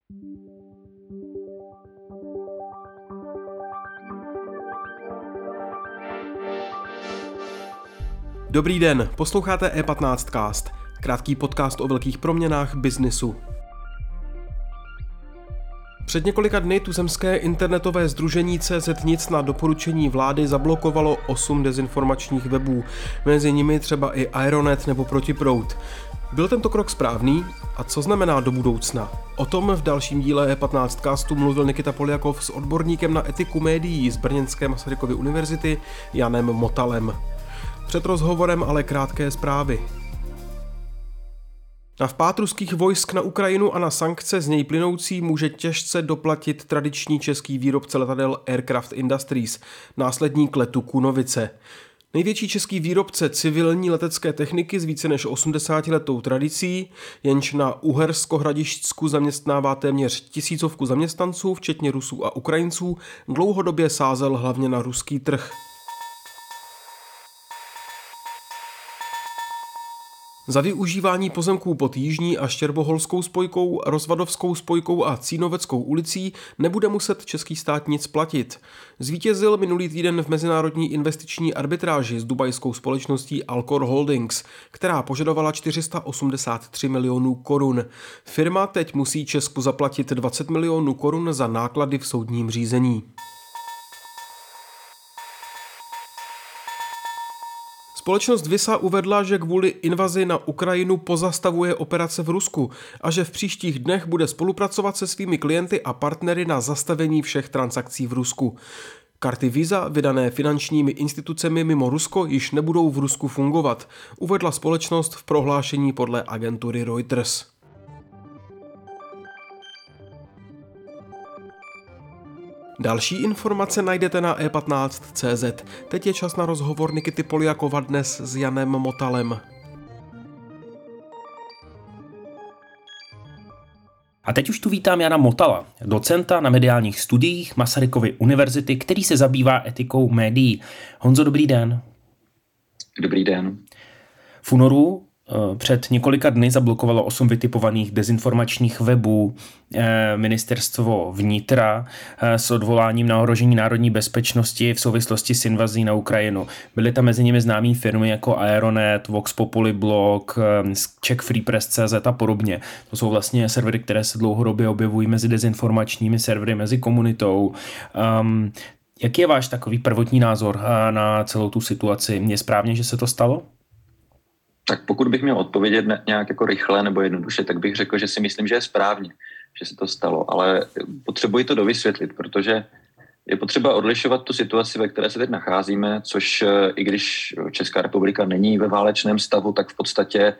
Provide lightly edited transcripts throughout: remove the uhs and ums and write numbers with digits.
Dobrý den, posloucháte E15cast, krátký podcast o velkých proměnách biznisu. Před několika dny tuzemské internetové sdružení CZ.nic na doporučení vlády zablokovalo 8 dezinformačních webů, mezi nimi třeba i Aeronet nebo Protiproud. Byl tento krok správný? A co znamená do budoucna? O tom v dalším díle E15castu mluvil Nikita Poljakov s odborníkem na etiku médií z brněnské Masarykovy univerzity Janem Motalem. Před rozhovorem ale krátké zprávy. Na vpád ruských vojsk na Ukrajinu a na sankce z něj plynoucí může těžce doplatit tradiční český výrobce letadel Aircraft Industries, následník letu Kunovice. Největší český výrobce civilní letecké techniky s více než 80letou tradicí, jenž na Uhersko-Hradišťsku zaměstnává téměř 1000 zaměstnanců, včetně Rusů a Ukrajinců, dlouhodobě sázel hlavně na ruský trh. Za využívání pozemků pod Jižní a Štěrboholskou spojkou, Rozvadovskou spojkou a Cínoveckou ulicí nebude muset český stát nic platit. Zvítězil minulý týden v mezinárodní investiční arbitráži s dubajskou společností Alcor Holdings, která požadovala 483 milionů korun. Firma teď musí Česku zaplatit 20 milionů korun za náklady v soudním řízení. Společnost Visa uvedla, že kvůli invazi na Ukrajinu pozastavuje operace v Rusku a že v příštích dnech bude spolupracovat se svými klienty a partnery na zastavení všech transakcí v Rusku. Karty Visa, vydané finančními institucemi mimo Rusko, již nebudou v Rusku fungovat, uvedla společnost v prohlášení podle agentury Reuters. Další informace najdete na e15.cz. Teď je čas na rozhovor Nikity Poljakova dnes s Janem Motalem. A teď už tu vítám Jana Motala, docenta na mediálních studiích Masarykovy univerzity, který se zabývá etikou médií. Honzo, dobrý den. Dobrý den. V únoru před několika dny zablokovalo 8 vytipovaných dezinformačních webů ministerstvo vnitra s odvoláním na ohrožení národní bezpečnosti v souvislosti s invazí na Ukrajinu. Byly tam mezi nimi známé firmy jako Aeronet, Vox Populi Blog, Czech Free Press.cz a podobně. To jsou vlastně servery, které se dlouhodobě objevují mezi dezinformačními servery, mezi komunitou. Jaký je váš takový prvotní názor na celou tu situaci? Je správně, že se to stalo? Tak pokud bych měl odpovědět nějak jako rychle nebo jednoduše, tak bych řekl, že si myslím, že je správně, že se to stalo, ale potřebuji to dovysvětlit, protože je potřeba odlišovat tu situaci, ve které se teď nacházíme, což i když Česká republika není ve válečném stavu, tak v podstatě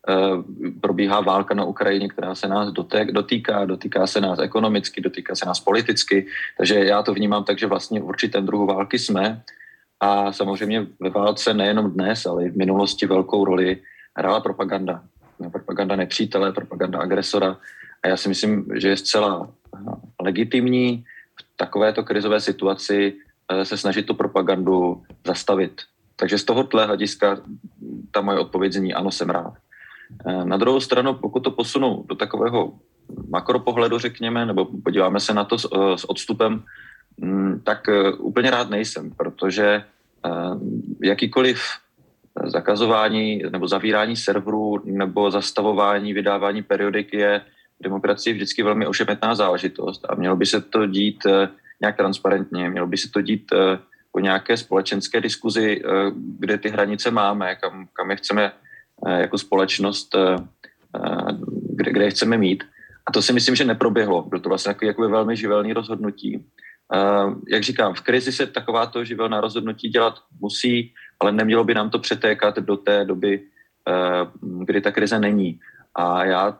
probíhá válka na Ukrajině, která se nás dotýká se nás ekonomicky, dotýká se nás politicky, takže já to vnímám tak, že vlastně v určitém druhu války jsme. A samozřejmě ve válce nejenom dnes, ale i v minulosti velkou roli hrála propaganda. Propaganda nepřítele, propaganda agresora. A já si myslím, že je zcela legitimní v takovéto krizové situaci se snažit tu propagandu zastavit. Takže z tohohle hlediska ta moje odpověď zní ano, jsem rád. Na druhou stranu, pokud to posunu do takového makropohledu, řekněme, nebo podíváme se na to s odstupem, tak úplně rád nejsem, protože jakýkoliv zakazování nebo zavírání serverů nebo zastavování vydávání periodik je v demokracii vždycky velmi ošemetná záležitost a mělo by se to dít nějak transparentně, mělo by se to dít po nějaké společenské diskuzi, kde ty hranice máme, kam je chceme jako společnost, kde je chceme mít. A to si myslím, že neproběhlo. Bylo to vlastně jako velmi živelné rozhodnutí. Jak říkám, v krizi se takováto živelná rozhodnutí dělat musí, ale nemělo by nám to přetékat do té doby, kdy ta krize není. A já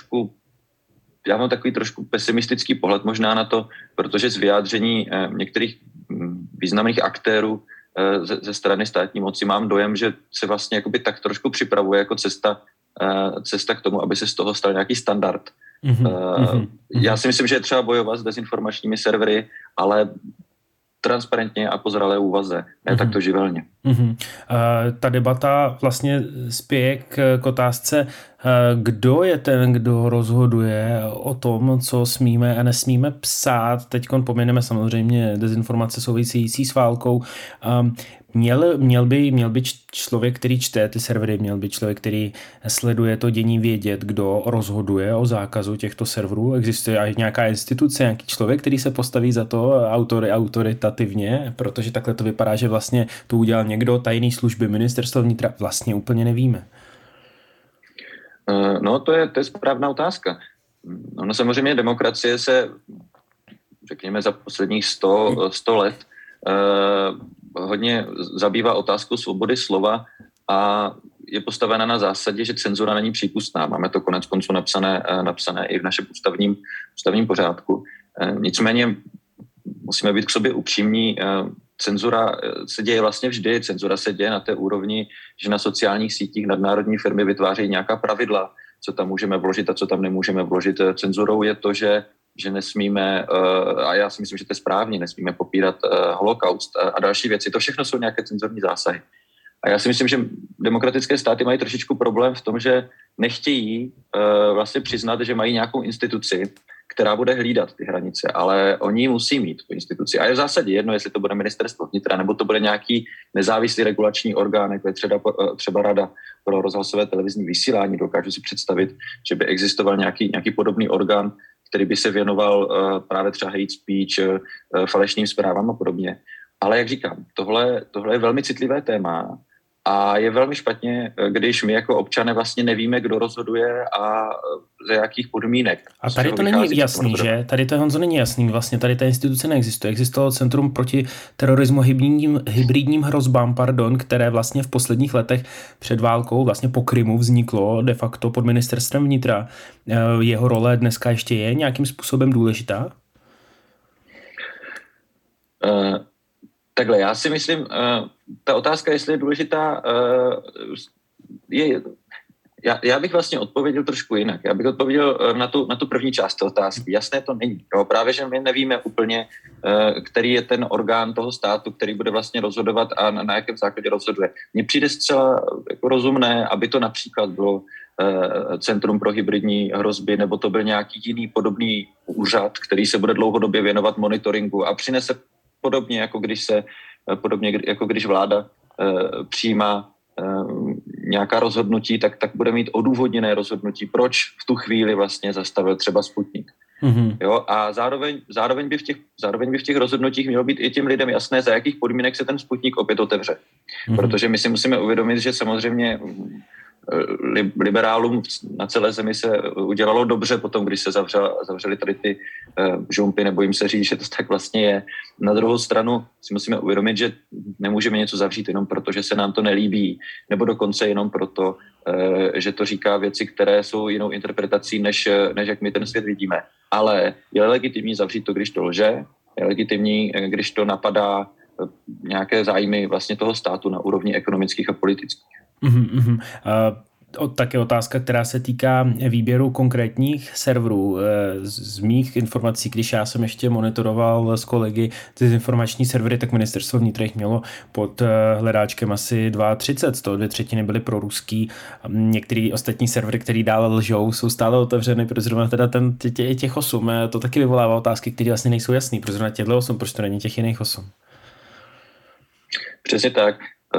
mám takový trošku pesimistický pohled možná na to, protože z vyjádření některých významných aktérů ze strany státní moci mám dojem, že se vlastně jakoby tak trošku připravuje jako cesta k tomu, aby se z toho stal nějaký standard. Já si myslím, že je třeba bojovat s dezinformačními servery, ale transparentně a po zralé úvaze, ne takto živelně. Ta debata vlastně spěje k otázce, kdo je ten, kdo rozhoduje o tom, co smíme a nesmíme psát. Teď pomineme samozřejmě dezinformace související s válkou. Měl by člověk, který čte ty servery, měl by člověk, který sleduje to dění, vědět, kdo rozhoduje o zákazu těchto serverů. Existuje i nějaká instituce, nějaký člověk, který se postaví za to autoritativně, protože takhle to vypadá, že vlastně to udělal někdo, tajné služby, ministerstvo vnitra, vlastně úplně nevíme. No, to je správná otázka. No, samozřejmě demokracie se, řekněme, za posledních 100 let hodně zabývá otázkou svobody slova a je postavena na zásadě, že cenzura není přípustná. Máme to konec konců napsané i v našem ústavním pořádku. Nicméně musíme být k sobě upřímní. Cenzura se děje vlastně vždy. Cenzura se děje na té úrovni, že na sociálních sítích nadnárodní firmy vytvářejí nějaká pravidla, co tam můžeme vložit a co tam nemůžeme vložit. Cenzurou je to, že nesmíme, a já si myslím, že to je správně, nesmíme popírat holokaust a další věci. To všechno jsou nějaké cenzurní zásahy. A já si myslím, že demokratické státy mají trošičku problém v tom, že nechtějí vlastně přiznat, že mají nějakou instituci, která bude hlídat ty hranice, ale oni musí mít tu instituci. A je v zásadě jedno, jestli to bude ministerstvo vnitra, nebo to bude nějaký nezávislý regulační orgán, jako je třeba Rada pro rozhlasové televizní vysílání. Dokážu si představit, že by existoval nějaký podobný orgán, který by se věnoval právě třeba hate speech, falešným zprávám a podobně. Ale jak říkám, tohle je velmi citlivé téma a je velmi špatně, když my jako občané vlastně nevíme, kdo rozhoduje a ze jakých podmínek. A tady to není jasný, že? Tady to, Honzo, není jasný. Vlastně tady ta instituce neexistuje. Existovalo Centrum proti terorismu hybridním hrozbám, které vlastně v posledních letech před válkou, vlastně po Krymu vzniklo de facto pod ministerstvem vnitra. Jeho role dneska ještě je nějakým způsobem důležitá? Takhle, já si myslím, ta otázka, jestli je důležitá, já bych vlastně odpověděl trošku jinak. Já bych odpověděl na tu první část otázky. Jasné to není. Jo? Právě, že my nevíme úplně, který je ten orgán toho státu, který bude vlastně rozhodovat a na jakém základě rozhoduje. Mně přijde zcela jako rozumné, aby to například bylo Centrum pro hybridní hrozby, nebo to byl nějaký jiný podobný úřad, který se bude dlouhodobě věnovat monitoringu a přinese podobně, jako když vláda přijímá nějaká rozhodnutí, tak bude mít odůvodněné rozhodnutí, proč v tu chvíli vlastně zastavil třeba Sputnik. Mm-hmm. Jo, a zároveň by v těch rozhodnutích mělo být i těm lidem jasné, za jakých podmínek se ten Sputnik opět otevře. Mm-hmm. Protože my si musíme uvědomit, že samozřejmě liberálům na celé zemi se udělalo dobře potom, když se zavřeli tady ty žumpy, nebo jim se říct, že to tak vlastně je. Na druhou stranu si musíme uvědomit, že nemůžeme něco zavřít jenom proto, že se nám to nelíbí, nebo dokonce jenom proto, že to říká věci, které jsou jinou interpretací, než jak my ten svět vidíme. Ale je legitimní zavřít to, když to lže, je legitimní, když to napadá nějaké zájmy vlastně toho státu na úrovni ekonomických a politických. Také otázka, která se týká výběru konkrétních serverů. Z mých informací, když já jsem ještě monitoroval s kolegy dezinformační servery, tak ministerstvo vnitra jich mělo pod hledáčkem asi 32, z toho 2/3 byly proruský. Některý ostatní servery, který dále lžou, jsou stále otevřeny, protože zrovna teda těch 8, to taky vyvolává otázky, které vlastně nejsou jasný. Proč zrovna těchto 8, proč to není těch jiných 8? Přesně tak.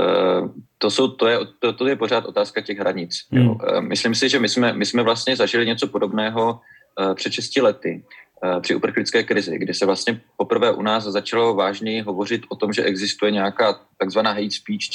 To je pořád otázka těch hranic. Jo. Myslím si, že my jsme vlastně zažili něco podobného před 6 lety při uprchlické krizi, kdy se vlastně poprvé u nás začalo vážněji hovořit o tom, že existuje nějaká takzvaná hate speech,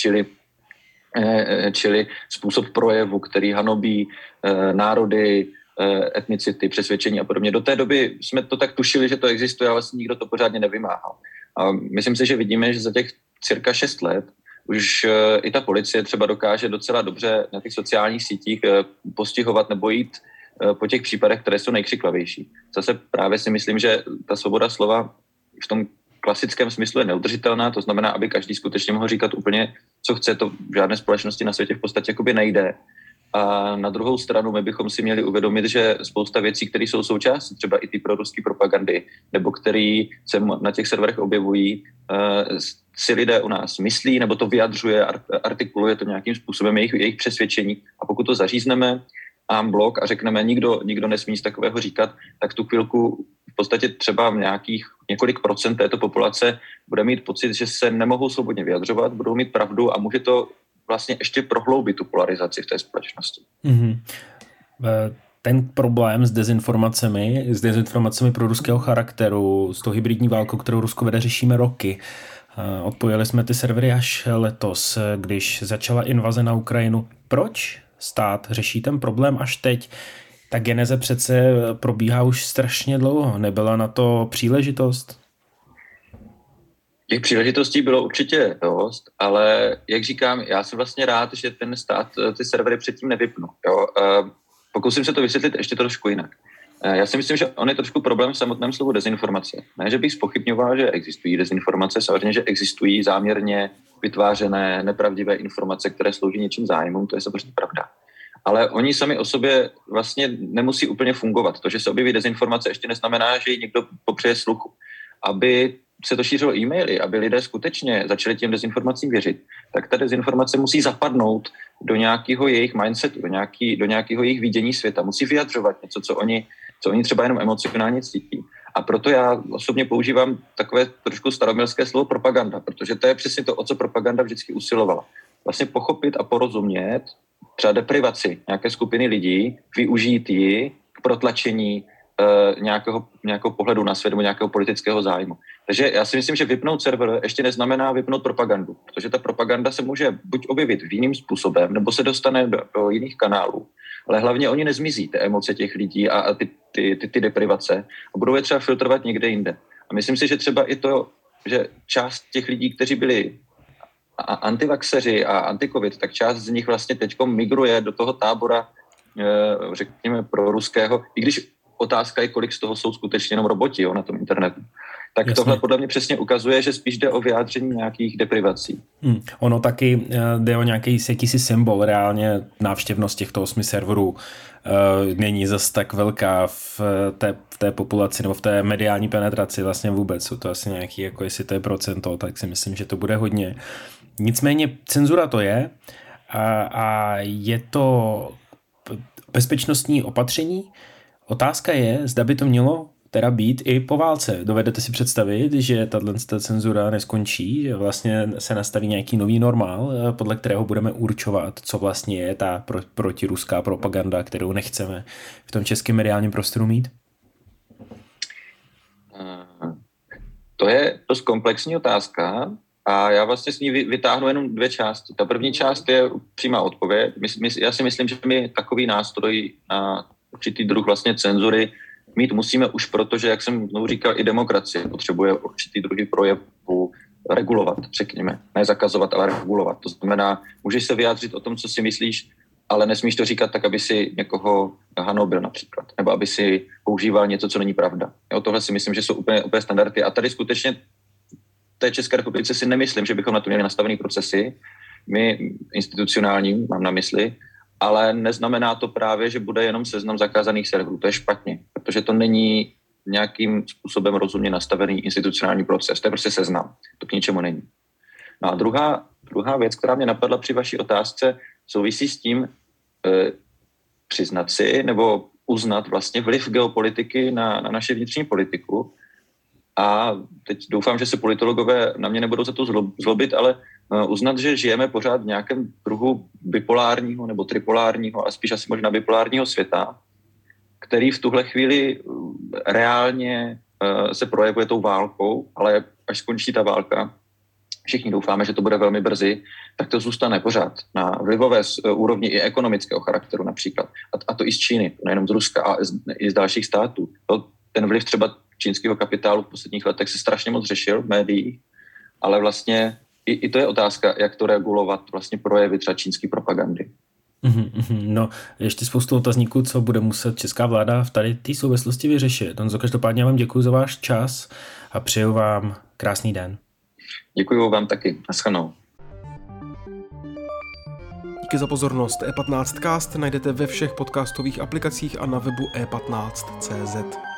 čili způsob projevu, který hanobí národy, etnicity, přesvědčení a podobně. Do té doby jsme to tak tušili, že to existuje, ale vlastně nikdo to pořádně nevymáhal. A myslím si, že vidíme, že za těch cirka 6 let už i ta policie třeba dokáže docela dobře na těch sociálních sítích postihovat nebo jít po těch případech, které jsou nejkřiklavější. Zase právě si myslím, že ta svoboda slova v tom klasickém smyslu je neudržitelná, to znamená, aby každý skutečně mohl říkat úplně, co chce, to v žádné společnosti na světě v podstatě jakoby nejde. A na druhou stranu my bychom si měli uvědomit, že spousta věcí, které jsou součástí třeba i ty proruské propagandy, nebo které se na těch serverech objevují, si lidé u nás myslí, nebo to vyjadřuje, artikuluje to nějakým způsobem jejich přesvědčení. A pokud to zařízneme en bloc a řekneme, nikdo nesmí nic takového říkat, tak tu chvilku v podstatě třeba nějakých několik procent této populace bude mít pocit, že se nemohou svobodně vyjadřovat, budou mít pravdu a může to vlastně ještě prohloubit tu polarizaci v té společnosti. Mm-hmm. Ten problém s dezinformacemi pro ruského charakteru, s tou hybridní válkou, kterou Rusko vede, řešíme roky. Odpojili jsme ty servery až letos, když začala invaze na Ukrajinu. Proč stát řeší ten problém až teď? Ta geneze přece probíhá už strašně dlouho. Nebyla na to příležitost? Těch příležitostí bylo určitě dost, ale jak říkám, já jsem vlastně rád, že ten stát ty servery předtím nevypnul. Jo? Pokusím se to vysvětlit ještě trošku jinak. Já si myslím, že on je trošku problém v samotném slovu dezinformace. Ne, že bych zpochybňoval, že existují dezinformace, samozřejmě, že existují záměrně vytvářené nepravdivé informace, které slouží něčím zájmům, to je samozřejmě pravda. Ale oni sami o sobě vlastně nemusí úplně fungovat. To, že se objeví dezinformace, ještě neznamená, že ji někdo popřeje sluchu. Aby se to šířilo e-maily, aby lidé skutečně začali těm dezinformacím věřit, tak ta dezinformace musí zapadnout do nějakého jejich mindsetu, do nějakého jejich vidění světa. Musí vyjadřovat něco, co oni třeba jenom emocionálně cítí. A proto já osobně používám takové trošku staromilské slovo propaganda, protože to je přesně to, o co propaganda vždycky usilovala. Vlastně pochopit a porozumět třeba deprivaci nějaké skupiny lidí, využít ji k protlačení nějakého pohledu na svět nebo nějakého politického zájmu. Takže já si myslím, že vypnout server ještě neznamená vypnout propagandu, protože ta propaganda se může buď objevit v jiným způsobem, nebo se dostane do jiných kanálů, ale hlavně oni nezmizí, ty emoce těch lidí a ty deprivace a budou je třeba filtrovat někde jinde. A myslím si, že třeba i to, že část těch lidí, kteří byli antivaxeři a antikovid, tak část z nich vlastně teďko migruje do toho tábora, řekněme, proruského, i když otázka je, kolik z toho jsou skutečně jenom roboti na tom internetu. Tak jasně. Tohle podle mě přesně ukazuje, že spíš jde o vyjádření nějakých deprivací. Ono taky jde o jakýsi symbol. Reálně návštěvnost těchto 8 serverů není zas tak velká v té populaci nebo v té mediální penetraci vlastně vůbec. Jsou to asi nějaký, jako jestli to je procento, tak si myslím, že to bude hodně. Nicméně cenzura to je a je to bezpečnostní opatření. Otázka je, zda by to mělo teda být i po válce. Dovedete si představit, že tato cenzura neskončí, že vlastně se nastaví nějaký nový normál, podle kterého budeme určovat, co vlastně je ta protiruská propaganda, kterou nechceme v tom českém mediálním prostoru mít? To je dost komplexní otázka a já vlastně s ní vytáhnu jenom 2 části. Ta první část je přímá odpověď. Já si myslím, že my takový nástroj na určitý druh vlastně cenzury mít musíme už proto, že, jak jsem znovu říkal, i demokracie potřebuje určitý druhy projevu regulovat, řekněme. Ne zakazovat, ale regulovat. To znamená, můžeš se vyjádřit o tom, co si myslíš, ale nesmíš to říkat tak, aby si někoho hanobil například, nebo aby si používal něco, co není pravda. Jo, tohle si myslím, že jsou úplně standardy. A tady skutečně v té České republice si nemyslím, že bychom na to měli nastavený procesy. My institucionální, mám na mysli, ale neznamená to právě, že bude jenom seznam zakázaných serverů. To je špatně, protože to není nějakým způsobem rozumně nastavený institucionální proces. To je prostě seznam. To k ničemu není. No a druhá věc, která mě napadla při vaší otázce, souvisí s tím přiznat si nebo uznat vlastně vliv geopolitiky na naše vnitřní politiku. A teď doufám, že se politologové na mě nebudou za to zlobit, ale uznat, že žijeme pořád v nějakém druhu bipolárního nebo tripolárního a spíš asi možná bipolárního světa, který v tuhle chvíli reálně se projevuje tou válkou, ale až skončí ta válka, všichni doufáme, že to bude velmi brzy, tak to zůstane pořád na vlivové úrovni i ekonomického charakteru například. A to i z Číny, nejenom z Ruska, a i z dalších států. Ten vliv třeba čínského kapitálu v posledních letech se strašně moc řešil v médiích, ale vlastně i to je otázka, jak to regulovat vlastně projevy třeba čínské propagandy. No, ještě spoustu otazníků, co bude muset česká vláda v tady té souvislosti vyřešit. Honzo, každopádně vám děkuji za váš čas a přeju vám krásný den. Děkuji vám taky. Naschledanou. Díky za pozornost. E15cast najdete ve všech podcastových aplikacích a na webu e15.cz.